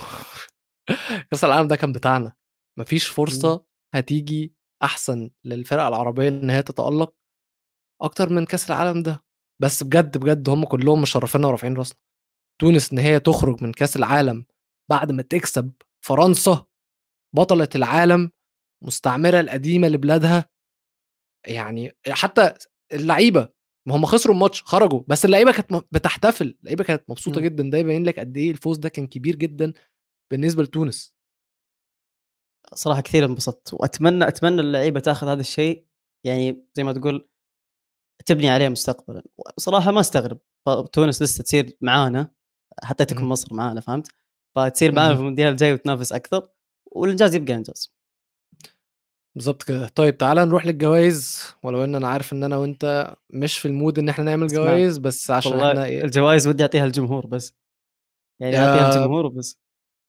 كأس العالم ده كان بتاعنا، ما فيش إمم. فرصة هتيجي أحسن للفرق العربية إن هي تتألق أكتر من كأس العالم ده. بس بجد، بجد هم كلّهم مشرّفينّا ورافعين راسنا. تونس إن هي تخرج من كأس العالم بعد ما تكسب فرنسا بطلة العالم، مستعمرة القديمة لبلادها. يعني حتى اللعيبة، ما هم خسروا الماتش، خرجوا، بس اللعيبة كانت م بتحتفل، اللعيبة كانت مبسوطة إمم. جدًا. ده يبين لك قد إيه الفوز ده كان كبير جدًا بالنسبة لتونس. صراحة كثير انبسطت، وأتمنى أتمنى اللعيبة تاخذ هذا الشيء، يعني زي ما تقول تبني عليه مستقبلًا. وصراحة ما أستغرب ط تونس لسه تصير معانا، حطيتكم اهم. مصر معانا فهمت؟ فتصير معانا اهم. في المونديال الجاي وتنافس أكثر، والإنجاز يبقى إنجاز. بالضبط كده. طيب تعالَ نروح للجوايز، ولو إن أنا عارف إن أنا وأنت مش في الmood إن إحنا نعمل اسمع جوايز، بس عشان والله إحنا إيه. الجوايز ودي أعطيها للجمهور بس، يعني أعطيها يا للجمهور وبس.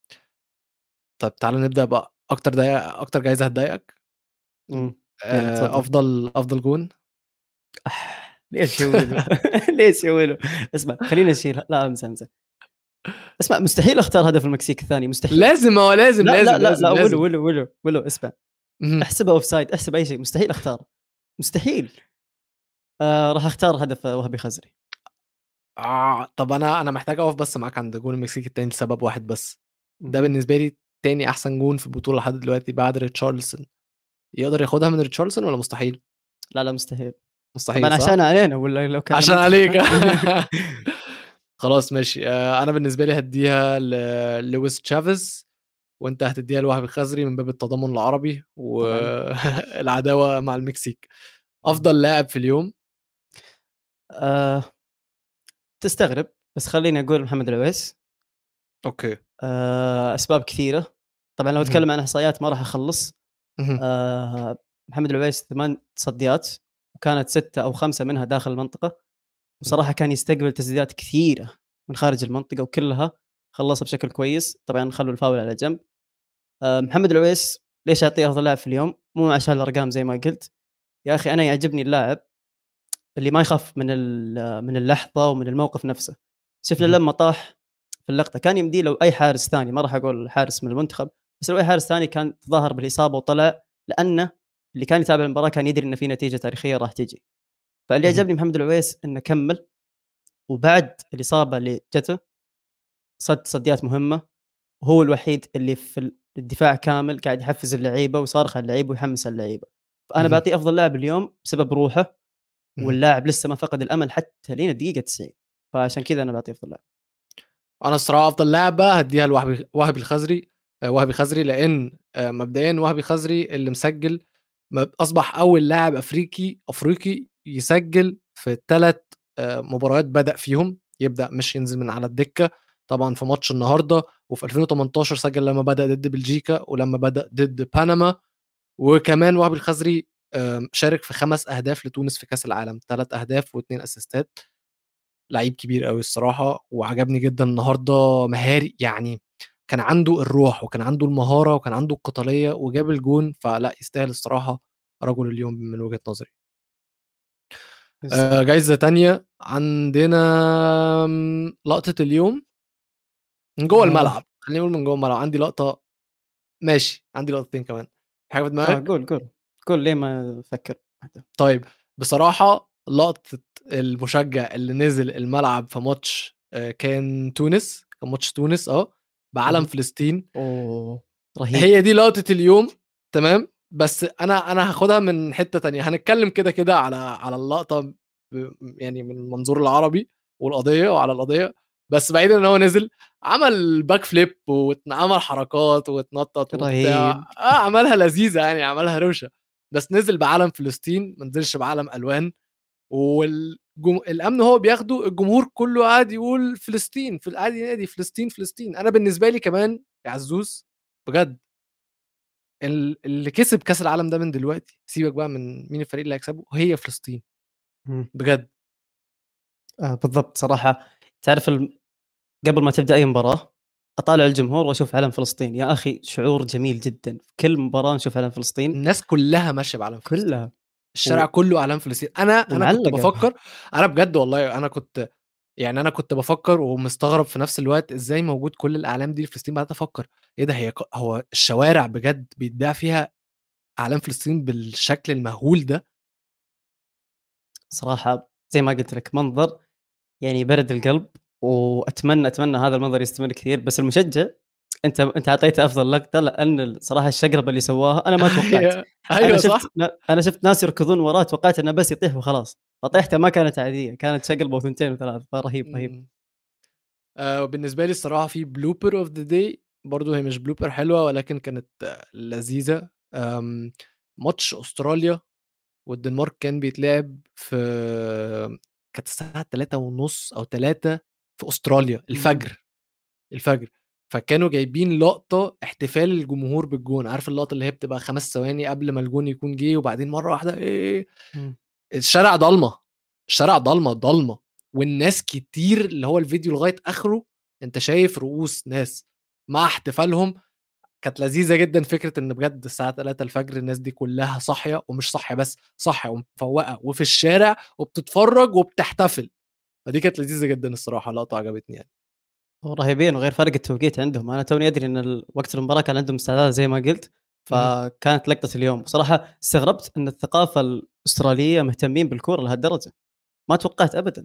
طب تعالَ نبدأ بأكتر دقيقة أكتر جايزة هتضايقك. إمم. يالّا آآ تفضل. أفضل أفضل جون. أح ليش يا ويلو ليش يا ويلو؟ اسمع خلّينا نشيلها، لا امزح، امزح. اسمع مستحيل أختار هدف المكسيك الثاني مستحيل. لازم، ما هو لازم، لا، لا، لازم، لا، لازم، لا ويلو، لازم. ويلو، ويلو، ويلو اسمع، اهم. احسبها offside احسب أي شيء مستحيل أختاره، مستحيل. آآ راح أختار هدف وهبي خزري. آه، طب أنا أنا محتاج أقف بس معاك عند جون المكسيك التاني لسبب واحد بس. ده اهم. بالنسبة لي تاني أحسن جون في البطولة لحد دلوقتي بعد ريتشارلسون. يقدر ياخدها من ريتشارلسون والّا مستحيل؟ لا، لا مستحيل. مستحيل طبعًا صح؟ عشان علينا والّا لو كان عشان لمنتخب عليك. ثاني؟ خلاص ماشي. آآ أنا بالنسبة لي هادّيها ل لويس تشافيز، وأنت هتدّيها لوهبي خزري من باب التضامن العربي طبعًا. والعداوة مع المكسيك. أفضل لاعب في اليوم. آآ تستغرب، بس خلّيني أقول محمد العويس. أوكي. آآ أسباب كثيرة، طبعًا لو اهم، أتكلم عن إحصائيات ما راح أخلّص. اهم، آآ محمد العويس ثمان تصديات، وكانت ستة أو خمسة منها داخل المنطقة، اهم، وصراحة كان يستقبل تسديدات كثيرة من خارج المنطقة وكلها خلّصها بشكل كويس، طبعًا خلّوا الفاول على جنب. آآ محمد العويس ليش أعطيه أفضل لاعب في اليوم؟ مو عشان الأرقام زي ما قُلت، يا أخي أنا يعجبني اللاعب اللي ما يخاف من ال من اللحظة ومن الموقف نفسه. شفنا اهم، لمّا طاح في اللقطة كان يمديه لو أي حارس ثاني، ما راح أقول حارس من المنتخب، بس لو أي حارس ثاني كان تظاهر بالإصابة وطلع، لأنه اللي كان يتابع المباراة كان يدري إن في نتيجة تاريخية راح تيجي. فاللي اهم، عجبني محمد العويس إنه كمّل، وبعد الإصابة اللي جته صَد تصديات مهمة، وهو الوحيد اللي في ال الدفاع كامل قاعد يحفز اللعيبة ويصارخ على اللعيبة ويحمس اللعيبة. فأنا اهم، باعطيه أفضل لاعب اليوم بسبب روحه، اهم. واللاعب لسه ما فقد الأمل حتى لين الدقيقة تسعين، فعشان كذا أنا باعطيه أفضل لاعب. أنا الصراحة أفضل لاعب بقى هادّيها لوهبي وهبي الخزري. آآ وهبي خزري لإن آآ مبدئيًا وهبي خزري اللي مسجّل م أصبح أول لاعب أفريقي أفريقي يسجّل في تلات آآ مباريات بدأ فيهم، يبدأ مش ينزل من على الدكة. طبعًا في ماتش النهارده، وفي ألفين وتمنتاشر سجّل لمّا بدأ ضد بلجيكا، ولمّا بدأ ضد بنما. وكمان وهبي الخزري آمم شارك في خمس أهداف لتونس في كأس العالم، تلات أهداف و2 أسيستات. لعيب كبير أوي الصراحة، وعجبني جدًا النهارده مهاري يعني كان عنده الروح، وكان عنده المهارة، وكان عنده القتالية، وجاب الجون، فلأ يستاهل الصراحة رجل اليوم من وجهة نظري. آآ بالضبط. جايزة تانية عندنا آمم، لقطة اليوم من جوّه آه، الملعب، خلّينا نقول من جوّه الملعب، عندي لقطة ماشي، عندي لقطتين كمان، في حاجة في آه دماغك؟ قُل، قُل، قُل ليه ما أفكّر واحدة. طيب، بصراحة لقطة المشجع اللي نزل الملعب في ماتش آآ كان تونس، كان ماتش تونس آه، بعلم اهم. فلسطين. أوه! رهيب. هي دي لقطة اليوم تمام. بس أنا أنا هاخدها من حتّة تانية، هنتكلّم كده، كده على على اللقطة ب يعني من المنظور العربي والقضية وعلى القضية. بس بعيدًا إن هو نزل عمل back flip واتن عمل حركات واتنطّط وبتاع، رهيب. آه عملها لذيذة يعني، عملها روشة. بس نزل بعلم فلسطين، ما نزلش بعلم ألوان. والجم الأمن وهو بياخده الجمهور كلّه قعد يقول فلسطين، ف قعد ينادي فلسطين، فلسطين. أنا بالنسبة لي كمان يا عزوز بجد ال اللي كسب كأس العالم ده من دلوقتي، سيبك بقى من مين الفريق اللي هيكسبه، هي فلسطين، إمم. بجد. آه بالضبط صراحة. تعرف الم قبل ما تبدأ أي مباراة، أطالع الجمهور وأشوف علم فلسطين، يا أخي شعور جميل جدًا، في كل مباراة نشوف علم فلسطين الناس كلّها ماشية بعلم فلسطين، كلها. و الشارع كلّه أعلام فلسطين. أنا أنا كنت ومعلقة. بافكّر أنا بجد والله أنا كنت يعني أنا كنت بافكّر ومستغرب في نفس الوقت إزاي موجود كل الأعلام دي لفلسطين. بعدين أفكّر إيه ده هي ق هو الشوارع بجد بيتباع فيها أعلام فلسطين بالشكل المهول ده؟ صراحة زي ما قُلت لك منظر يعني يبرد القلب، وأتمنى، أتمنى هذا المنظر يستمر كثير، بس المشجع أنت أنت أعطيته أفضل لقطة، لأن ال صراحة الشقلبة اللي سواها أنا ما توقعت. أيوه، أنا أيوه شُفت صح. ن أنا شُفت ناس يركضون وراه توقعت إنه بس يطيح وخلاص، فطيحته ما كانت عادية، كانت شقلبة وثنتين و3 فرهيب، رهيب. إمم. آآ بالنسبة لي الصراحة في blooper of the day برضه هي مش blooper حلوة ولكن كانت آه، لذيذة. آمم ماتش أستراليا والدنمارك كان بيتلعب في كانت الساعة تلاتة ونص أو تلاتة في أستراليا إمم. الفجر، الفجر. فكانوا جايبين لقطة احتفال الجمهور بالجون، عارف اللقطة اللي هي بتبقى خمس ثواني قبل ما الجون يكون جه وبعدين مرّة واحدة آآ إمم. الشارع ضلمة، الشارع ضلمة، ضلمة. والناس كتير اللي هو الفيديو لغاية آخره أنت شايف رؤوس ناس مع احتفالهم. كانت لذيذة جدًا فكرة إن بجد الساعة تلاتة الناس دي كلّها صاحية ومش صاحية بس، صاحية ومفوّقة وفي الشارع وبتتفرّج وبتحتفل. فدي كانت لذيذة جدًا الصراحة، لقطة عجبتني يعني. رهيبين، وغير فرق التوقيت عندهم، أنا توني أدري إن ال وقت المباراة كان عندهم استعداد زي ما قُلت، اهم. فكانت لقطة اليوم. بصراحة استغربت إن الثقافة الأسترالية مهتمين بالكورة لهالدرجة، ما توقعت أبدًا.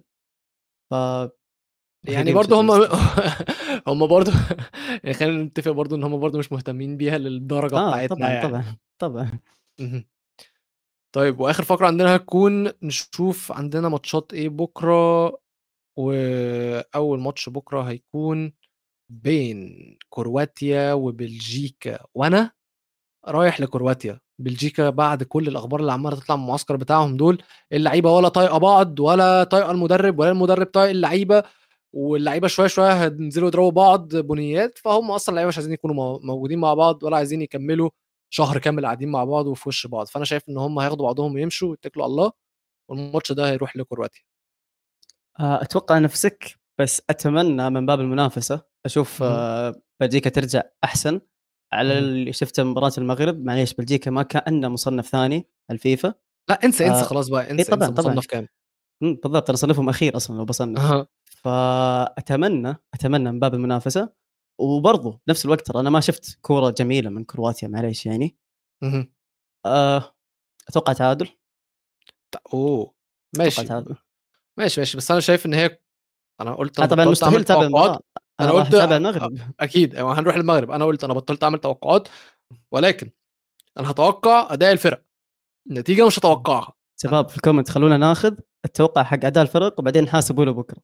يعني فرهيبين برضه مشجعين هم الأستراليين. هم برضه يعني خلّينا نتفق برضه إن هم برضه مش مهتمين بيها للدرجة آه بتاعتنا طبعًا، يعني. طبعًا، طبعًا. اهم. طيب وآخر فقرة عندنا هتكون نشوف عندنا ماتشات إيه بُكرة. وأول ماتش بُكرة هيكون بين كرواتيا وبلجيكا، وأنا رايح لكرواتيا. بلجيكا بعد كل الاخبار اللي عماله تطلع من المعسكر بتاعهم دول، اللعيبه ولا طايقه بعض ولا طايقه المدرب ولا المدرب طايق اللعيبه، واللعيبه شويه شويه هينزلوا يضربوا بعض بنيات، فهم اصلا اللعيبه مش عايزين يكونوا مو- موجودين مع بعض ولا عايزين يكملوا شهر كامل قاعدين مع بعض وفي وش بعض. فانا شايف ان هم هياخدوا بعضهم ويمشوا ويتكلوا على الله، والماتش ده هيروح لكرواتيا. آه، اتوقع نفسك، بس اتمنى من باب المنافسه اشوف مهم. آه، بلجيكا ترجع احسن على مهم. اللي شفته مباراه المغرب. معليش بلجيكا ما كانه مصنف ثاني على الفيفا. لا انسى انسى آه، خلاص بقى، اي انسى طبعا انسى طبعا. مصنف كام. مم، بالضبط، انا صنفهم اخير اصلا لو بصنف. اها. فاتمنى اتمنى من باب المنافسه. وبرضه بنفس الوقت ترى انا ما شفت كوره جميله من كرواتيا، معليش يعني. مهم. آه، اتوقع تعادل. ت- اوه. اتوقع ماشي. تعادل. ماشي ماشي، بس انا شايف ان هي، انا قلت انا انا طبعا بطلت اعمل مستحيل اتابع توقعات. المباراه، انا انا راح قلت اتابع أ- أ- المغرب. اكيد أيوة، هنروح المغرب. انا قلت انا بطلت اعمل توقعات، ولكن انا هتوقع اداء الفرق، النتيجه مش هتوقعها. شباب في الكومنت خلونا ناخذ التوقع حق اداء الفرق وبعدين نحاسبه له بكره.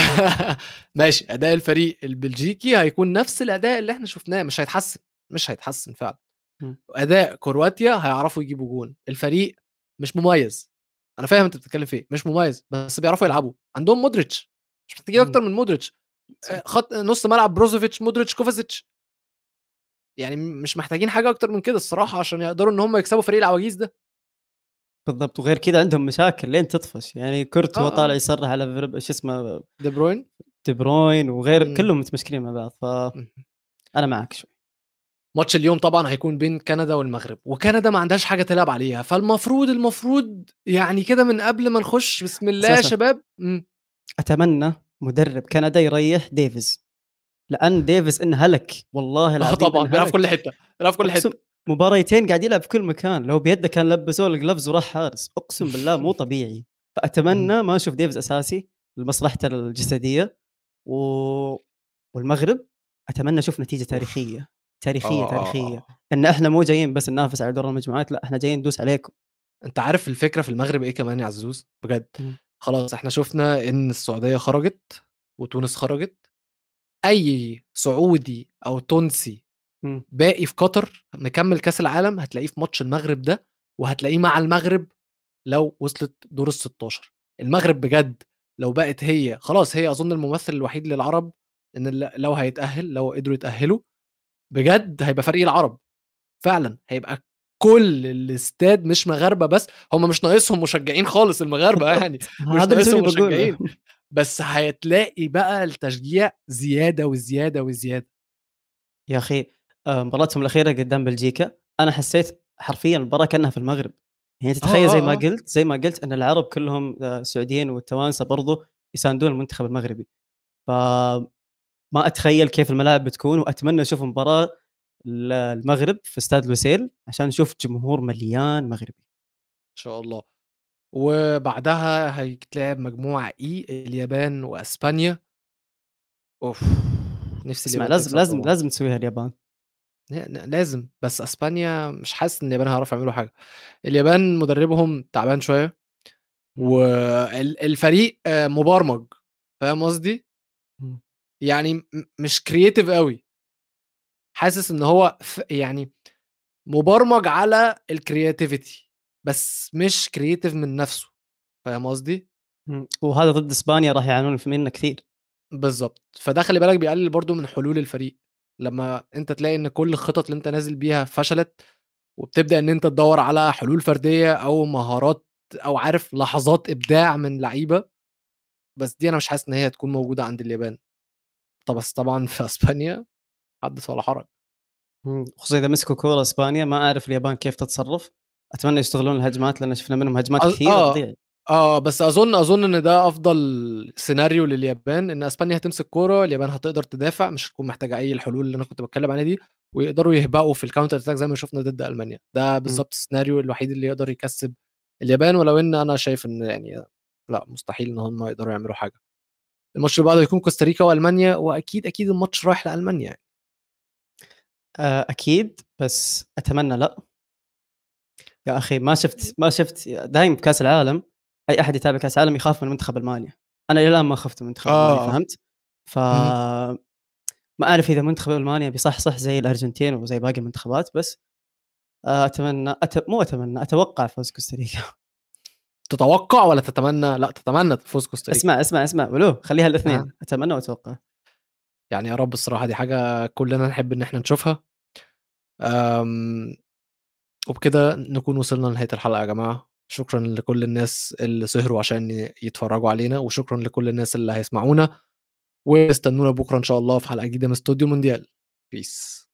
ماشي، اداء الفريق البلجيكي هيكون نفس الاداء اللي احنا شفناه، مش هيتحسن، مش هيتحسن فعلا. مم. اداء كرواتيا هيعرفوا يجيبوا جون، الفريق مش مميز. انا فاهم انت بتتكلم في ايه، مش مميز بس بيعرفوا يلعبوا، عندهم مودريتش، مش محتاجين مم. اكتر من مودريتش. آه، خط نص ملعب بروزوفيتش مودريتش كوفازيتش، يعني مش محتاجين حاجه اكتر من كده الصراحه عشان يقدروا ان هم يكسبوا فريق العواجيز ده. بالضبط، وغير كذا عندهم مشاكل لين تطفش، يعني اه كورتوا طالع اه. يصرح على فيرب شو اسمه، دي بروين. دي بروين وغير مم. كلهم متمشكلين مع بعض. مم. فانا معك شوي. ماتش اليوم طبعا هيكون بين كندا والمغرب، وكندا ما عندهاش حاجه تلعب عليها، فالمفروض المفروض يعني كده من قبل ما نخش بسم الله يا اساسا شباب. مم. اتمنى مدرب كندا يريح ديفيز، لان ديفيز انهلك والله اه العظيم طبعا بيلعب في كل انهلك. حته، بيلعب في كل اقسم، حته. مباريتين قاعد يلعب في كل مكان، لو بيده كان لبسوه الجلفز وراح حارس، اقسم بالله مو طبيعي. مم. فاتمنى ما اشوف ديفيز اساسي لمصلحته الجسديه. و... والمغرب اتمنى اشوف نتيجه اوف. تاريخيه، تاريخيه اه اه تاريخيه، اه. ان احنا مو جايين بس ننافس على دور المجموعات، لا احنا جايين ندوس عليكم. انت عارف الفكره في المغرب ايه كمان يا عزوز بجد؟ مم. خلاص احنا شفنا ان السعوديه خرجت وتونس خرجت، اي سعودي او تونسي مم. باقي في قطر مكمل كاس العالم هتلاقيه في ماتش المغرب ده، وهتلاقيه مع المغرب لو وصلت دور ال ستاشر. المغرب بجد لو بقت هي خلاص، هي اظن الممثل الوحيد للعرب، ان ال- لو هيتاهل، لو قدروا يتاهلوا بجد هيبقى فريق العرب فعلا، هيبقى كل الاستاد مش مغاربه بس، هم مش ناقصهم مشجعين خالص المغاربه يعني، بالضبط، مش هذا اللي توني ناقصهم بقوله. مشجعين، بس هتلاقي بقى التشجيع زياده وزياده وزياده. يا اخي، آه، مباراتهم الاخيره قدام بلجيكا انا حسيت حرفيا المباراه كانها في المغرب. يعني اه تتخيل زي اه ما اه. قلت زي ما قلت ان العرب كلهم آه، السعوديين والتوانسه برضو يساندون المنتخب المغربي. فما اتخيل كيف الملاعب بتكون، واتمنى اشوف مباراه ل- المغرب في استاد لوسيل عشان نشوف جمهور مليان مغربي. ان شاء الله. وبعدها هيتلعب مجموعه اي، اليابان واسبانيا. اوف، نفسي اسمع، اليابان لازم تكسب لازم طبعا. لازم تسويها اليابان. ن- ن- لازم، بس اسبانيا مش حاسس ان اليابان هيعرفوا يعملوا حاجه. اليابان مدربهم تعبان شويه، مم. والفريق مبرمج، فاهم قصدي؟ مم. يعني م- مش كرييتيف قوي، حاسس ان هو ف... يعني مبرمج على الكرياتيفيتي بس مش كرييتيف من نفسه، فاهم قصدي؟ مم. وهذا ضد اسبانيا راح يعانون منه كثير. بالظبط، فده خلي بالك بيقلل برضو من حلول الفريق، لما انت تلاقي ان كل الخطط اللي انت نازل بيها فشلت، وبتبدا ان انت تدور على حلول فرديه او مهارات او عارف لحظات ابداع من لعيبه، بس دي انا مش حاسس ان هي هتكون موجوده عند اليابان. طب بس طبعا في اسبانيا حدث ولا حرج. مم. خصوصا اذا مسكوا كوره اسبانيا، ما اعرف اليابان كيف تتصرف. اتمنى يستغلون الهجمات لان شفنا منهم هجمات أ- كثيره اه تضيع. اه، بس اظن اظن ان ده افضل سيناريو لليابان، ان اسبانيا هتمسك كوره، اليابان هتقدر تدافع، مش هتكون محتاجه اي الحلول اللي انا كنت بتكلم عليها دي، ويقدروا يهبقوا في الكاونتر اتاك زي ما شفنا ضد المانيا. ده مم. بالظبط السيناريو الوحيد اللي يقدر يكسب اليابان، ولو ان انا شايف ان يعني لا، مستحيل ان هم يقدروا يعملوا حاجه. الماتش اللي بعده هيكون كوستاريكا والمانيا، واكيد اكيد الماتش رايح لالمانيا يعني. آه، اكيد، بس اتمنى لا. يا اخي ما شفت ما شفت دايم في كاس العالم، اي احد يتابع كاس العالم يخاف من منتخب المانيا. انا الى الان ما خفت من منتخب المانيا، اه اه. فهمت؟ ف مهم. ما اعرف اذا منتخب المانيا بيصحصح زي الارجنتين وزي باقي المنتخبات، بس آآ أتمنى أت مو أتمنى، أتوقع فوز كوستاريكا. تتوقع والّا تتمنى؟ لأ تتمنى فوز كوستاريكا. اسمع، اسمع، اسمع، ألو خلّيها أها. الإثنين، أتمنى وأتوقع. يعني يا رب الصراحة دي حاجة كلنا نحب إن إحنا نشوفها. آمم، وبكده نكون وصلنا لنهاية الحلقة يا جماعة. شكرًا لكل الناس اللي سهروا عشان ي يتفرجوا علينا، وشكرًا لكل الناس اللي هيسمعونا، واستنونا بكرة إن شاء الله في حلقة جديدة من استوديو مونديال. Peace.